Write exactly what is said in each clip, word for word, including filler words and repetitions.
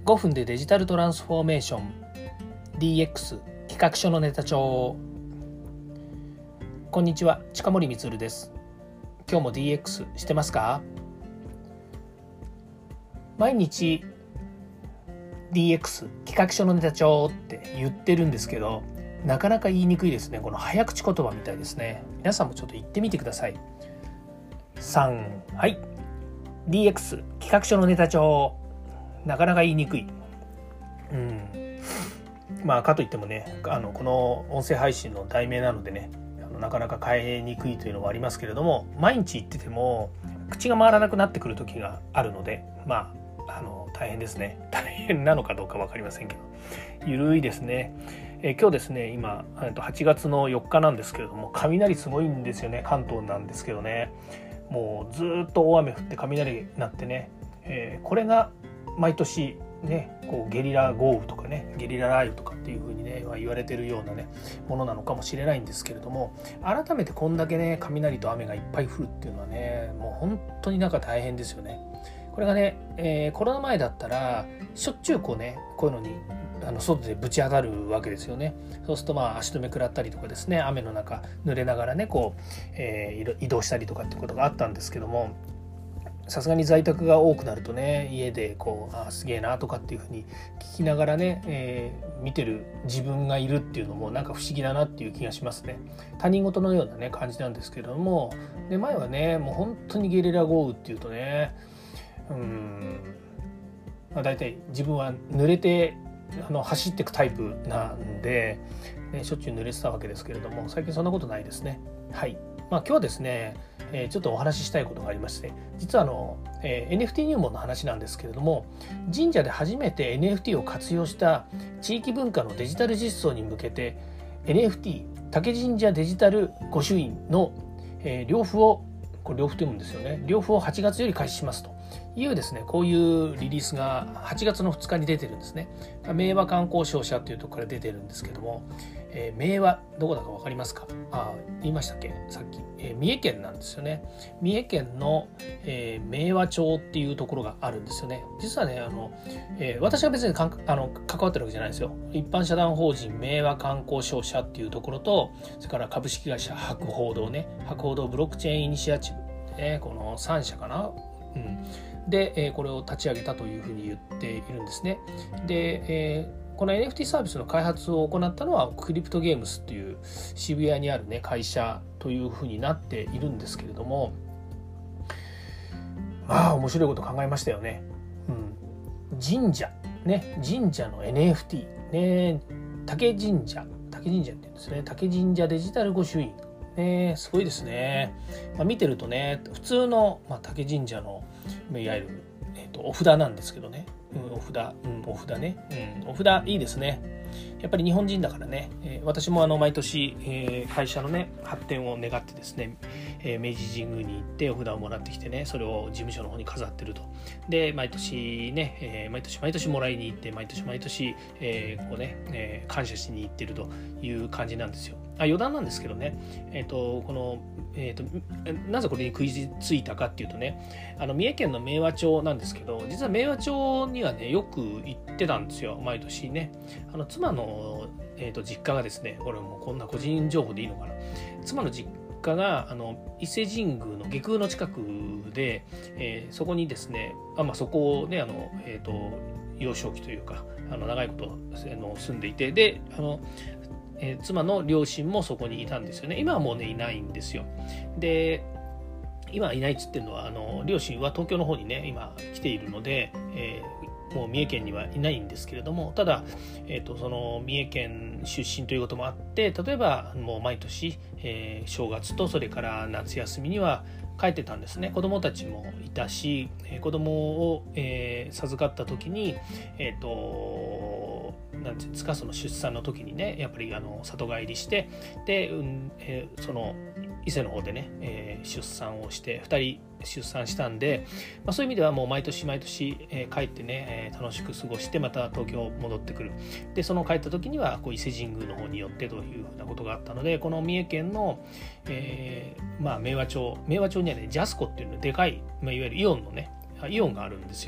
ごふんでデジタルトランスフォーメーション ディーエックス 企画書のネタ帳。こんにちは、近森光です。今日も ディーエックス してますか？毎日 ディーエックス 企画書のネタ帳って言ってるんですけど、なかなか言いにくいですね。この早口言葉みたいですね。皆さんもちょっと言ってみてください。さん、はい ディーエックス 企画書のネタ帳。なかなか言いにくい。うん。まあかといってもね、あのこの音声配信の題名なのでね、あのなかなか変えにくいというのもありますけれども、毎日言ってても口が回らなくなってくる時があるので、まああの大変ですね。大変なのかどうか分かりませんけど、ゆるいですね。え今日ですね、今はちがつのよっかなんですけれども、雷すごいんですよね。関東なんですけどね、もうずっと大雨降って雷鳴ってね、えー、これが毎年ね、こうゲリラ豪雨とかね、ゲリラ雷雨とかっていう風にね、まあ、言われてるようなねものなのかもしれないんですけれども、改めてこんだけね雷と雨がいっぱい降るっていうのはね、もう本当になんか大変ですよね。これがね、えー、コロナ前だったらしょっちゅうこうね、こういうのにあの外でぶち当たるわけですよね。そうするとまあ足止め食らったりとかですね、雨の中濡れながらねこう、えー、移動したりとかっていうことがあったんですけども、さすがに在宅が多くなるとね、家でこうあすげえなとかっていうふうに聞きながらね、えー、見てる自分がいるっていうのもなんか不思議だなっていう気がしますね。他人事のようなね感じなんですけれども、で前はねもう本当にゲリラ豪雨っていうとね、うーん、まあ、大体自分は濡れてあの走っていくタイプなんで、ね、しょっちゅう濡れてたわけですけれども、最近そんなことないですね。はい。まあ今日はですね、えー、ちょっとお話ししたいことがありまして、実はあの、えー、エヌエフティー 入門の話なんですけれども、神社で初めて エヌエフティー を活用した地域文化のデジタル実装に向けて エヌエフティー 竹神社デジタル御朱印の、えー、領付をこれ領付と読むんですよね。領付をはちがつより開始しますというですね、こういうリリースがはちがつのふつかに出てるんですね。明和観光商社というところから出てるんですけども、えー、明和どこだか分かりますか？あ、言いましたっけさっき、えー、三重県なんですよね。三重県の、えー、明和町っていうところがあるんですよね。実はね、あの、えー、私は別にかんあの関わってるわけじゃないですよ。一般社団法人明和観光商社っていうところと、それから株式会社博報堂ね、博報堂ブロックチェーンイニシアチブ、ね、このさん社かな、うん、で、えー、これを立ち上げたというふうに言っているんですね。で、えーこの エヌエフティー サービスの開発を行ったのはクリプトゲームスっていう渋谷にあるね会社というふうになっているんですけれども、まあ面白いこと考えましたよね。うん、神社ね、神社の エヌエフティー ね、竹神社竹神社って言うんですね。竹神社デジタル御朱印ね、すごいですね。まあ、見てるとね、普通の、まあ、竹神社のいわゆる、えーと、お札なんですけどね、うん、お札、うん、お札ね、うん、お札いいですね。やっぱり日本人だからね、えー、私もあの毎年、えー、会社のね発展を願ってですね、えー、明治神宮に行ってお札をもらってきてね、それを事務所の方に飾ってると。で毎年ね、えー、毎年毎年もらいに行って、毎年毎年、えー、こうね、えー、感謝しに行ってるという感じなんですよ。あ、余談なんですけどね、えーとこのえーとなぜこれに食いついたかっていうとね、あの三重県の明和町なんですけど、実は明和町にはねよく行ってたんですよ、毎年ね。あの妻の、えーと実家がですね、これもうこんな個人情報でいいのかな、妻の実家があの伊勢神宮の外宮の近くで、えー、そこにですね、あ、まあ、そこをねあの、えーと幼少期というかあの長いことあの住んでいて、であのえー、妻の両親もそこにいたんですよね。今はもうねいないんですよ。で今はいないっつってるのは、あの両親は東京の方にね今来ているので、えー、もう三重県にはいないんですけれども、ただ、えーと、その三重県出身ということもあって、例えばもう毎年、えー、正月とそれから夏休みには帰ってたんですね。子供たちもいたし、えー、子供を、えー、授かった時に、えーとなんていうんですか、その出産の時にねやっぱりあの里帰りして、で、うんえー、その伊勢の方でね、えー、出産をしてふたり出産したんで、まあ、そういう意味ではもう毎年毎年、えー、帰ってね、えー、楽しく過ごしてまた東京戻ってくる。でその帰った時にはこう伊勢神宮の方に寄ってというふうなことがあったので、この三重県の、えーまあ、明和町明和町にはねジャスコっていうのでかい、まあ、いわゆるイオンのねイオンがあるんですよ。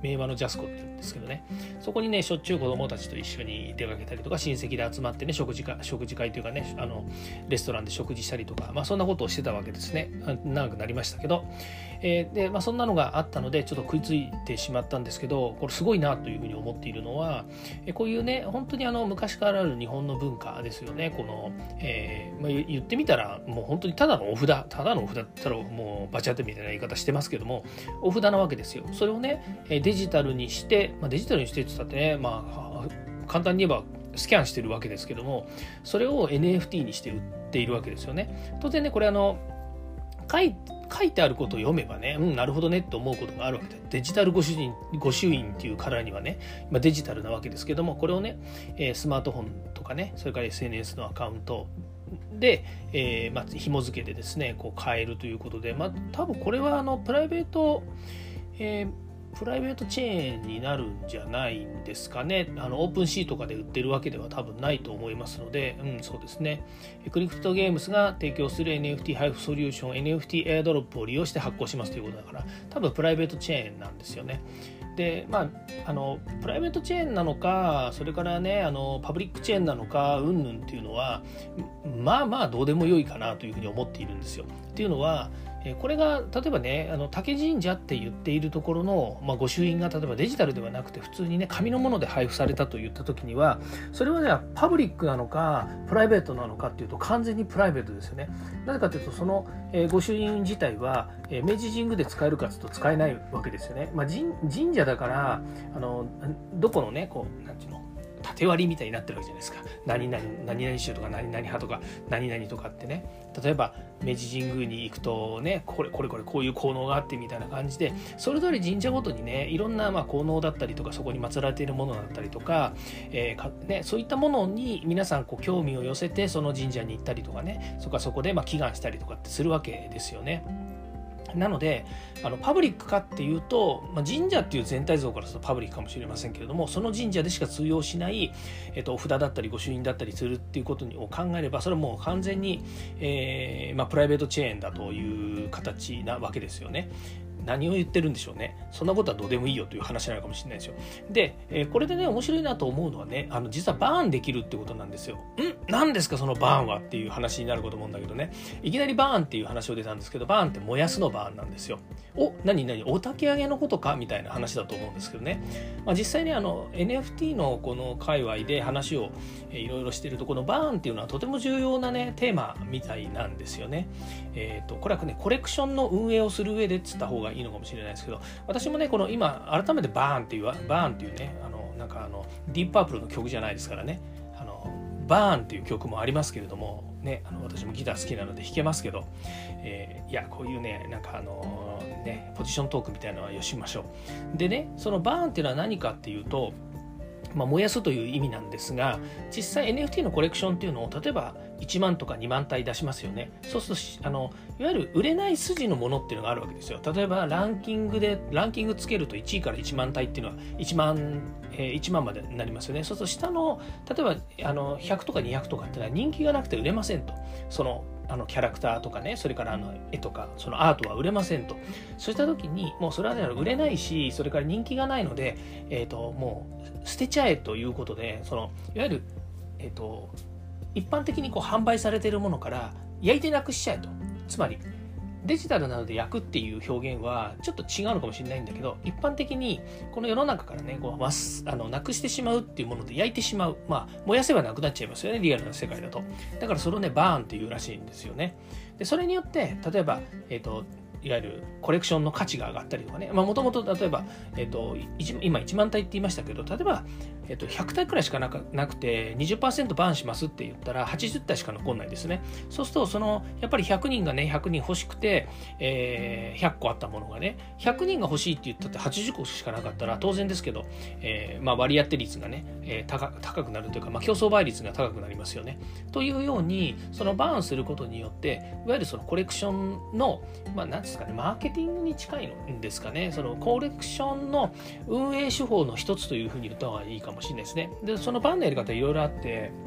名馬のジャスコって言うんですけどね、そこにねしょっちゅう子どもたちと一緒に出かけたりとか、親戚で集まってね食事会食事会というかね、あのレストランで食事したりとか、まあ、そんなことをしてたわけですね。長くなりましたけど、えーでまあ、そんなのがあったのでちょっと食いついてしまったんですけど、これすごいなというふうに思っているのは、こういうね本当にあの昔からある日本の文化ですよね。この、えーまあ、言ってみたらもう本当にただのお札ただのお札だったらもうバチ当てみたいな言い方してますけども、お札なわけですよ。それをねデジタルにして、まあ、デジタルにしてって言ったってね、まあ、簡単に言えばスキャンしてるわけですけども、それを エヌエフティー にして売っているわけですよね。当然ねこれあの書い書いてあることを読めばね、うん、なるほどねって思うことがあるわけで、デジタル御朱印、御朱印っていうからにはね、まあ、デジタルなわけですけども、これをね、えー、スマートフォンとかね、それから エスエヌエス のアカウントで、えーまあ、紐付けてですね、こう変えるということで、まあ、多分これはあのプライベート、えープライベートチェーンになるんじゃないんですかね。あのオープンシーとかで売ってるわけでは多分ないと思いますので、うん、そうですね。クリプトゲームスが提供する エヌエフティー 配布ソリューション エヌエフティー エアドロップを利用して発行しますということだから、多分プライベートチェーンなんですよね。で、まあ、あのプライベートチェーンなのか、それからね、あのパブリックチェーンなのか、うんぬんっていうのは、まあまあどうでもよいかなというふうに思っているんですよ。っていうのは、これが例えばね、あの竹神社って言っているところの、まあ、御朱印が例えばデジタルではなくて普通にね紙のもので配布されたといった時には、それはねパブリックなのかプライベートなのかっていうと完全にプライベートですよね。なぜかというとその、えー、御朱印自体は、えー、明治神宮で使えるかというと使えないわけですよね。まあ、神, 神社だからあのどこのねこうなんていうの縦割りみたいになってるわけじゃないですか。何々何々宗とか何々派とか何々とかってね、例えば明治神宮に行くとね、これこれこれこういう効能があってみたいな感じで、それぞれ神社ごとにねいろんなまあ効能だったりとか、そこに祀られているものだったりとか、えーかね、そういったものに皆さんこう興味を寄せてその神社に行ったりとかね、そこはそこでまあ祈願したりとかってするわけですよね。なのであのパブリックかっていうと、まあ、神社っていう全体像からするとパブリックかもしれませんけれども、その神社でしか通用しない、えっと、お札だったり御朱印だったりするっていうことを考えれば、それはもう完全に、えーまあ、プライベートチェーンだという形なわけですよね。何を言ってるんでしょうね。そんなことはどうでもいいよという話なのかもしれないですよ。で、えー、これでね面白いなと思うのはね、あの実はバーンできるってことなんですよ。ん何ですかそのバーンはっていう話になること思うんだけどね、いきなりバーンっていう話を出たんですけど、バーンって燃やすのバーンなんですよ。お何何お焚き上げのことかみたいな話だと思うんですけどね、まあ、実際にあの エヌエフティー のこの界隈で話をいろいろしていると、このバーンっていうのはとても重要なねテーマみたいなんですよね。えーとこれはねコレクションの運営をする上でっつった方がいいのかもしれないですけど、私もねこの今改めてバーンっていうバーンっていうね、あのなんかあのディープパープルの曲じゃないですからね、あのバーンっていう曲もありますけれどもね、あの私もギター好きなので弾けますけど、えー、いやこういうねなんかあのねポジショントークみたいなのはよしましょう。でね、そのバーンっていうのは何かっていうと、まあ、燃やすという意味なんですが、実際 エヌエフティー のコレクションっていうのを例えばいちまんとかにまん体出しますよね。そうするとあのいわゆる売れない筋のものっていうのがあるわけですよ。例えばランキングでランキングつけるといちいからいちまん体っていうのはいちまん、えー、いちまんまでになりますよね。そうすると下の例えばあのひゃくとかにひゃくとかっていうのは人気がなくて売れませんと。そのあのキャラクターとかね、それからあの絵とかそのアートは売れませんと。そうした時にもうそれは、ね、売れないし、それから人気がないので、えーと、もう捨てちゃえということで、そのいわゆる、えーと、一般的にこう販売されているものから焼いてなくしちゃえと。つまりデジタルなので焼くっていう表現はちょっと違うのかもしれないんだけど、一般的にこの世の中からねこうあのなくしてしまうっていうもので焼いてしまう、まあ燃やせばなくなっちゃいますよね、リアルな世界だと。だからそれをねバーンっていうらしいんですよね。でそれによって例えば、えーといわゆるコレクションの価値が上がったりとかね、もともと例えば、えーと、今いちまん体って言いましたけど、例えば、えーと、ひゃく体くらいしかなく、なくて にじゅっパーセント バーンしますって言ったらはちじゅっ体しか残んないですね。そうするとそのやっぱりひゃくにんがねひゃくにん欲しくて、えー、ひゃっこあったものがねひゃくにんが欲しいって言ったってはちじゅっこしかなかったら当然ですけど、えーまあ、割り当て率がね、えー、高, 高くなるというか、まあ、競争倍率が高くなりますよね。というようにそのバーンすることによっていわゆるそのコレクションの、まあ、なんですかね、マーケティングに近いんですかね。そのコレクションの運営手法の一つというふうに言った方がいいかもしれないですね。でそのバーンのやり方いろいろあって、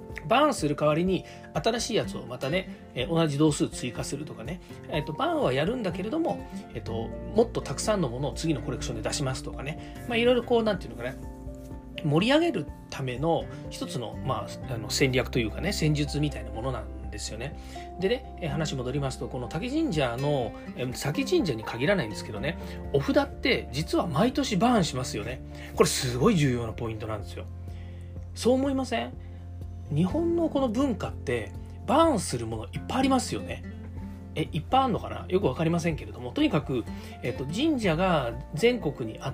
バーンする代わりに新しいやつをまたね、えー、同じ同数追加するとかね、えーと、バーンはやるんだけれども、えーと、もっとたくさんのものを次のコレクションで出しますとかね、まあ、いろいろこうなんていうのかな、盛り上げるための一つの、まあ、あの戦略というかね、戦術みたいなものなんですよね。でね、話戻りますと、この滝神社の滝神社に限らないんですけどね、お札って実は毎年バーンしますよね。これすごい重要なポイントなんですよ。そう思いません？日本のこの文化ってバーンするものいっぱいありますよね。えいっぱいあるのかな、よく分かりませんけれども、とにかく、えっと、神社が全国にあって、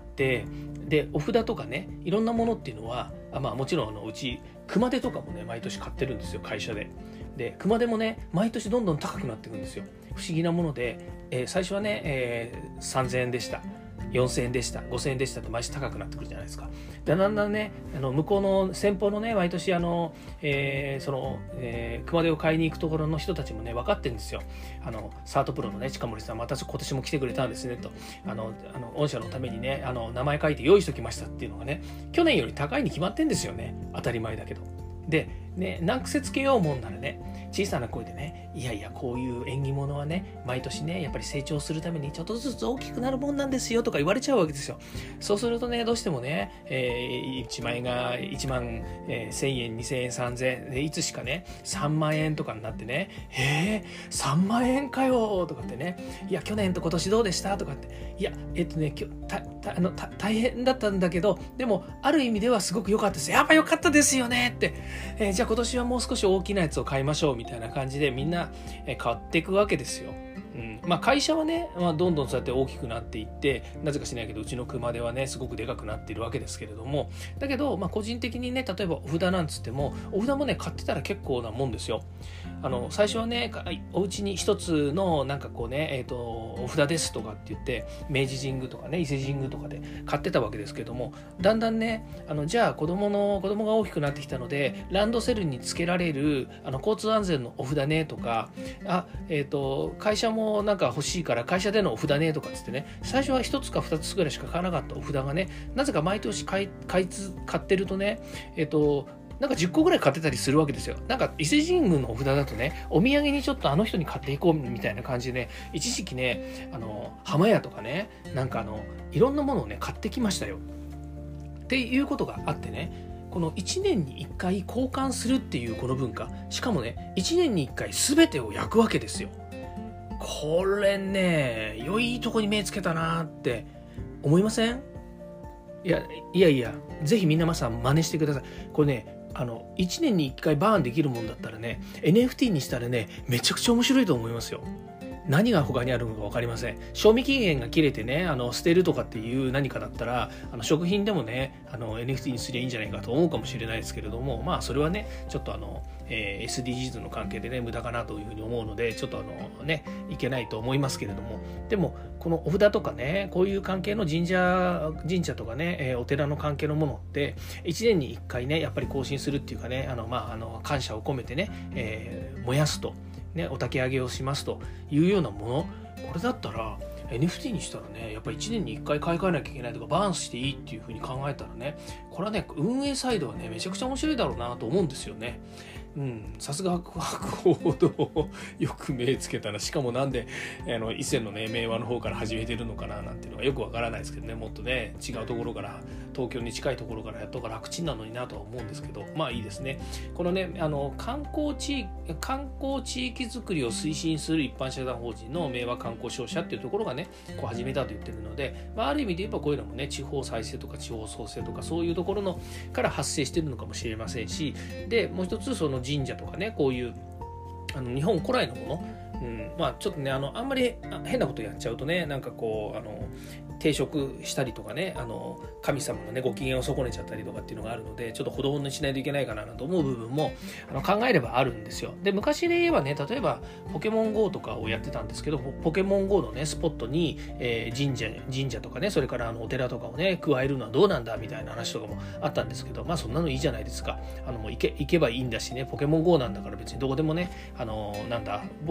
でお札とかね、いろんなものっていうのは、あ、まあ、もちろんあのうち熊手とかもね毎年買ってるんですよ、会社で。で熊手もね毎年どんどん高くなっていくんですよ。不思議なもので、えー、最初はね、えー、さんぜんえんでした、よんせんえんでした、ごせんえんでしたって毎年高くなってくるじゃないですか。でだんだんね、あの向こうの先方のね毎年あの、えー、その、えー、熊手を買いに行くところの人たちもね分かってるんですよ。あのサートプロのね近森さん、また今年も来てくれたんですねと、あのあの御社のためにねあの名前書いて用意しときましたっていうのがね、去年より高いに決まってんですよね。当たり前だけど。でね、難癖つけようもんならね、小さな声でね、いやいやこういう縁起物はね毎年ねやっぱり成長するためにちょっとずつ大きくなるもんなんですよとか言われちゃうわけですよ。そうするとね、どうしてもね、えー、いちまん円がいちまん、えー、せんえんにせんえんさんぜんえんで、いつしかねさんまんえんとかになってね、えー、さんまんえんかよとかってね、いや去年と今年どうでしたとかって、いやえっとねきょたたあのた大変だったんだけど、でもある意味ではすごく良かったです、やっぱ良かったですよねって、えー、じゃあ今年はもう少し大きなやつを買いましょうみたいな感じでみんな買っていくわけですよ。うん、まあ会社はね、まあ、どんどんそうやって大きくなっていって、なぜかしないけどうちの熊手はねすごくでかくなっているわけですけれども、だけど、まあ、個人的にね例えばお札なんつってもお札もね買ってたら結構なもんですよ。あの最初はねお家に一つのなんかこうね、えーと、お札ですとかって言って明治神宮とかね伊勢神宮とかで買ってたわけですけども、だんだんねあのじゃあ子供の子供が大きくなってきたのでランドセルにつけられるあの交通安全のお札ねとか、あ、えーと、会社もなんか欲しいから会社でのお札ねとかつってね、最初は一つか二つぐらいしか買わなかったお札がね、なぜか毎年買い買いつ買ってるとね、えっとなんかじゅっこぐらい買ってたりするわけですよ。なんか伊勢神宮のお札だとね、お土産にちょっとあの人に買っていこうみたいな感じでね、一時期ね、あの浜屋とかね、なんかあのいろんなものをね買ってきましたよ。っていうことがあってね、このいちねんにいっかい交換するっていうこの文化、しかもねいちねんにいっかい全てを焼くわけですよ。これね、良いとこに目つけたなって思いません？いやいやいや、ぜひみんなまさん真似してください。これね、あのいちねんにいっかいバーンできるもんだったらね エヌエフティー にしたらねめちゃくちゃ面白いと思いますよ。何が他にあるのか分かりません。賞味期限が切れてねあの捨てるとかっていう何かだったら、あの食品でもねあの エヌエフティー にすりゃいいんじゃないかと思うかもしれないですけれども、まあそれはねちょっとあの、えー、エスディージーズ の関係でね無駄かなというふうに思うので、ちょっとあのねいけないと思いますけれども、でもこのお札とかねこういう関係の神社神社とかね、えー、お寺の関係のものっていちねんにいっかいねやっぱり更新するっていうかね、あのまああの感謝を込めてね、えー、燃やすとね、お焚き上げをしますというようなもの、これだったら エヌエフティー にしたらねやっぱりいちねんにいっかい買い替えなきゃいけないとかバーンしていいっていう風に考えたらね、これはね運営サイドはねめちゃくちゃ面白いだろうなと思うんですよね。うん、さすが博報堂よく目つけたな。しかもなんであの以前のね明和の方から始めてるのかななんていうのがよくわからないですけどね、もっとね違うところから東京に近いところからやった方が楽ちんなのになとは思うんですけど、まあいいですね。このねあの観光地観光地域づくりを推進する一般社団法人の明和観光商社っていうところがねこう始めたと言ってるので、まあ、ある意味で言えばこういうのもね地方再生とか地方創生とかそういうところのから発生してるのかもしれませんし、でもう一つその神社とかねこういうあの日本古来のもの、うん、まあちょっとねあのあんまり変なことやっちゃうとねなんかこうあの抵触したりとかね、あの神様のねご機嫌を損ねちゃったりとかっていうのがあるので、ちょっとほどほどにしないといけないかなと思う部分もあの考えればあるんですよ。で昔で言えばね例えばポケモン ゴー とかをやってたんですけど、ポケモン ゴー のねスポットに、えー、神社神社とかねそれからあのお寺とかをね加えるのはどうなんだみたいな話とかもあったんですけど、まあそんなのいいじゃないですか。あのもう行け行けばいいんだしね、ポケモン ゴー なんだから別にどこでもねあのなんだ僕も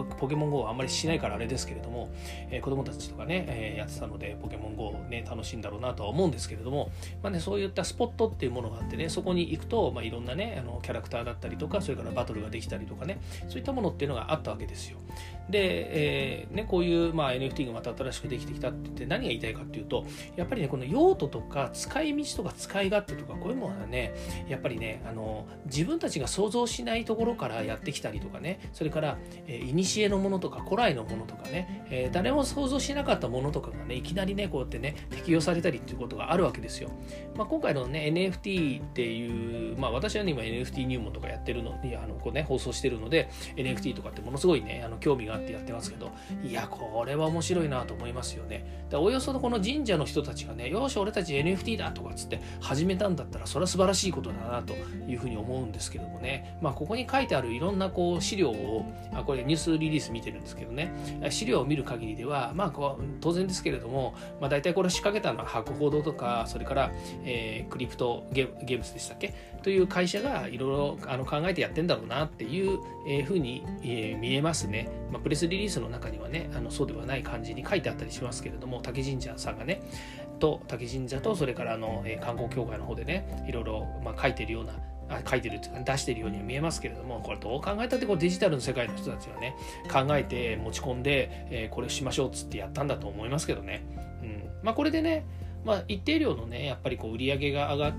ポケモン ゴー はあんまりしないからあれですけれども、えー、子供たちとかね、えー、やってたのでポケモン ゴー をね楽しいんだろうなとは思うんですけれども、まあね、そういったスポットっていうものがあってね、そこに行くと、まあ、いろんなねあのキャラクターだったりとか、それからバトルができたりとかね、そういったものっていうのがあったわけですよ。で、えーね、こういう、まあ、エヌエフティー がまた新しくできてきたって言って何が言いたいかっていうと、やっぱりねこの用途とか使い道とか使い勝手とか、こういうものはねやっぱりねあの自分たちが想像しないところからやってきたりとかね、それからいにしえのものとか古来のものとかね、えー、誰も想像しなかったものとかがねいきなりねこうやってね適用されたりっていうことがあるわけですよ。まあ、今回のね エヌエフティー っていう、まあ、私は、ね、今 エヌエフティー 入門とかやってるのにあのこう、ね、放送してるので エヌエフティー とかってものすごいねあの興味があってやってますけど、いやこれは面白いなと思いますよね。だおよそのこの神社の人たちがね、よし俺たち エヌエフティー だとかっつって始めたんだったら、それは素晴らしいことだなというふうに思うんですけどもね、まあ、ここに書いてあるいろんなこう資料を、あこれニュースリリース見てるんですけどね、資料を見る限りでは、まあ、こう当然ですけれども、まあ、大体これ仕掛けたのは博報堂とか、それから、えー、クリプトゲゲームズでしたっけという会社がいろいろあの考えてやってんだろうなっていう、えー、ふうに、えー、見えますね。まあ、プレスリリースの中にはねあのそうではない感じに書いてあったりしますけれども、竹神社さんがねと竹神社とそれからあの、えー、観光協会の方でねいろいろ、まあ、書いてるようなあ書いてるっていうか出してるようには見えますけれども、これどう考えたってこうデジタルの世界の人たちはね考えて持ち込んで、えー、これしましょうっつってやったんだと思いますけどね。うん、まあこれでねまあ、一定量のねやっぱりこう売り上げが上がって、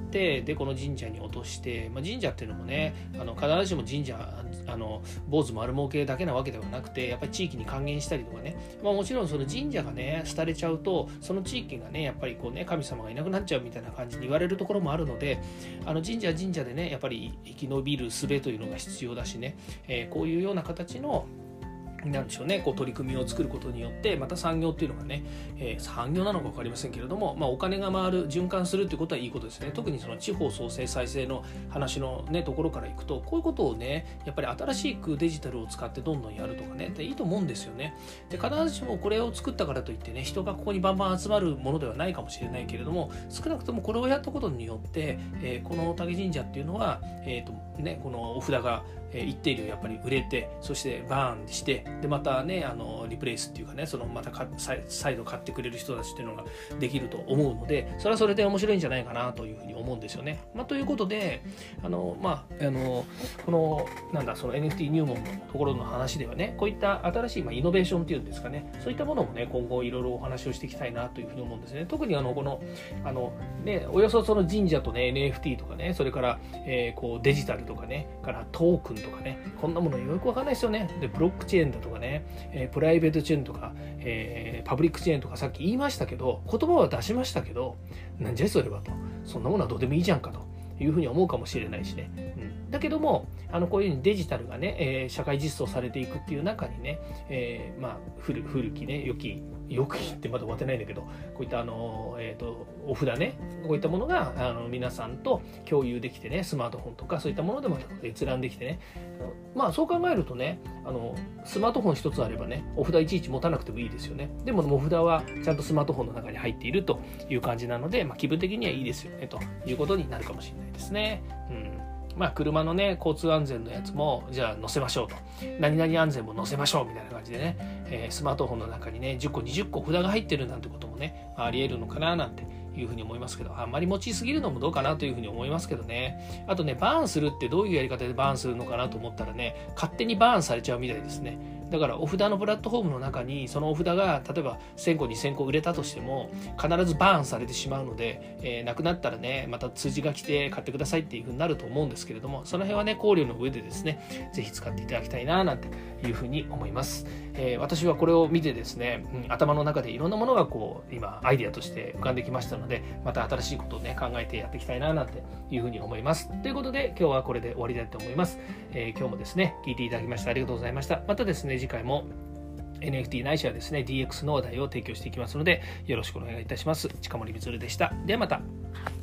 でこの神社に落として、まあ、神社っていうのもねあの必ずしも神社あの坊主丸儲けだけなわけではなくて、やっぱり地域に還元したりとかね、まあ、もちろんその神社がね廃れちゃうとその地域がねやっぱりこうね神様がいなくなっちゃうみたいな感じに言われるところもあるので、あの神社は神社でねやっぱり生き延びる術というのが必要だしね、えー、こういうような形のなんでしょうね、こう取り組みを作ることによってまた産業っていうのがね、えー、産業なのか分かりませんけれども、まあ、お金が回る循環するっていうことはいいことですね。特にその地方創生再生の話の、ね、ところからいくと、こういうことをねやっぱり新しくデジタルを使ってどんどんやるとかねでいいと思うんですよね。で必ずしもこれを作ったからといってね人がここにバンバン集まるものではないかもしれないけれども、少なくともこれをやったことによって、えー、この竹神社っていうのは、えーとね、このお札が一定量やっぱり売れて、そしてバーンして、でまたねあのリプレイスっていうかね、そのまた再度買ってくれる人たちっていうのができると思うので、それはそれで面白いんじゃないかなというふうに思うんですよね。まあ、ということであのまああのこのなんだその エヌエフティー 入門のところの話ではね、こういった新しい、まあ、イノベーションっていうんですかね、そういったものもね今後いろいろお話をしていきたいなというふうに思うんですね。特にあのこのあのねおよそその神社とね エヌエフティー とかね、それから、えー、こうデジタルとかねからトークンとかね、こんなものよくわかんないですよね。でブロックチェーンだとかね、えー、プライベートチェーンとか、えー、パブリックチェーンとかさっき言いましたけど、言葉は出しましたけど、なんじゃそれはと、そんなものはどうでもいいじゃんかというふうに思うかもしれないしね、うん、だけどもあのこういうふうにデジタルがね、えー、社会実装されていくっていう中にね、えー、まあ 古, 古きね良き良きってまだ終わってないんだけど、こういったあの、えー、とお札ね、こういったものがあの皆さんと共有できてね、スマートフォンとかそういったものでも閲覧できてね、まあそう考えるとね、あのスマートフォン一つあればねお札いちいち持たなくてもいいですよね。でもお札はちゃんとスマートフォンの中に入っているという感じなので、まあ、気分的にはいいですよねということになるかもしれないですね。うん、まあ車のね交通安全のやつもじゃあ載せましょうと、何々安全も載せましょうみたいな感じでね、えー、スマートフォンの中にねじゅっこにじゅっこ札が入ってるなんてこともね、まあ、ありえるのかななんていうふうに思いますけど、あんまり持ちすぎるのもどうかなというふうに思いますけどね。あとねバーンするってどういうやり方でバーンするのかなと思ったらね、勝手にバーンされちゃうみたいですね。だからお札のプラットフォームの中にそのお札が例えばせんこにせんこ売れたとしても必ずバーンされてしまうので、えー、なくなったらねまた通知が来て買ってくださいっていう風になると思うんですけれども、その辺はね考慮の上でですねぜひ使っていただきたいななんていう風に思います。えー、私はこれを見てですね、うん、頭の中でいろんなものがこう今アイデアとして浮かんできましたので、また新しいことをね考えてやっていきたいななんていう風に思います。ということで今日はこれで終わりたいと思います。えー、今日もですね聞いていただきましてありがとうございました。またですね次回もエヌエフティー ないしはですね ディーエックス の話題を提供していきますのでよろしくお願いいたします。近森光でした。ではまた。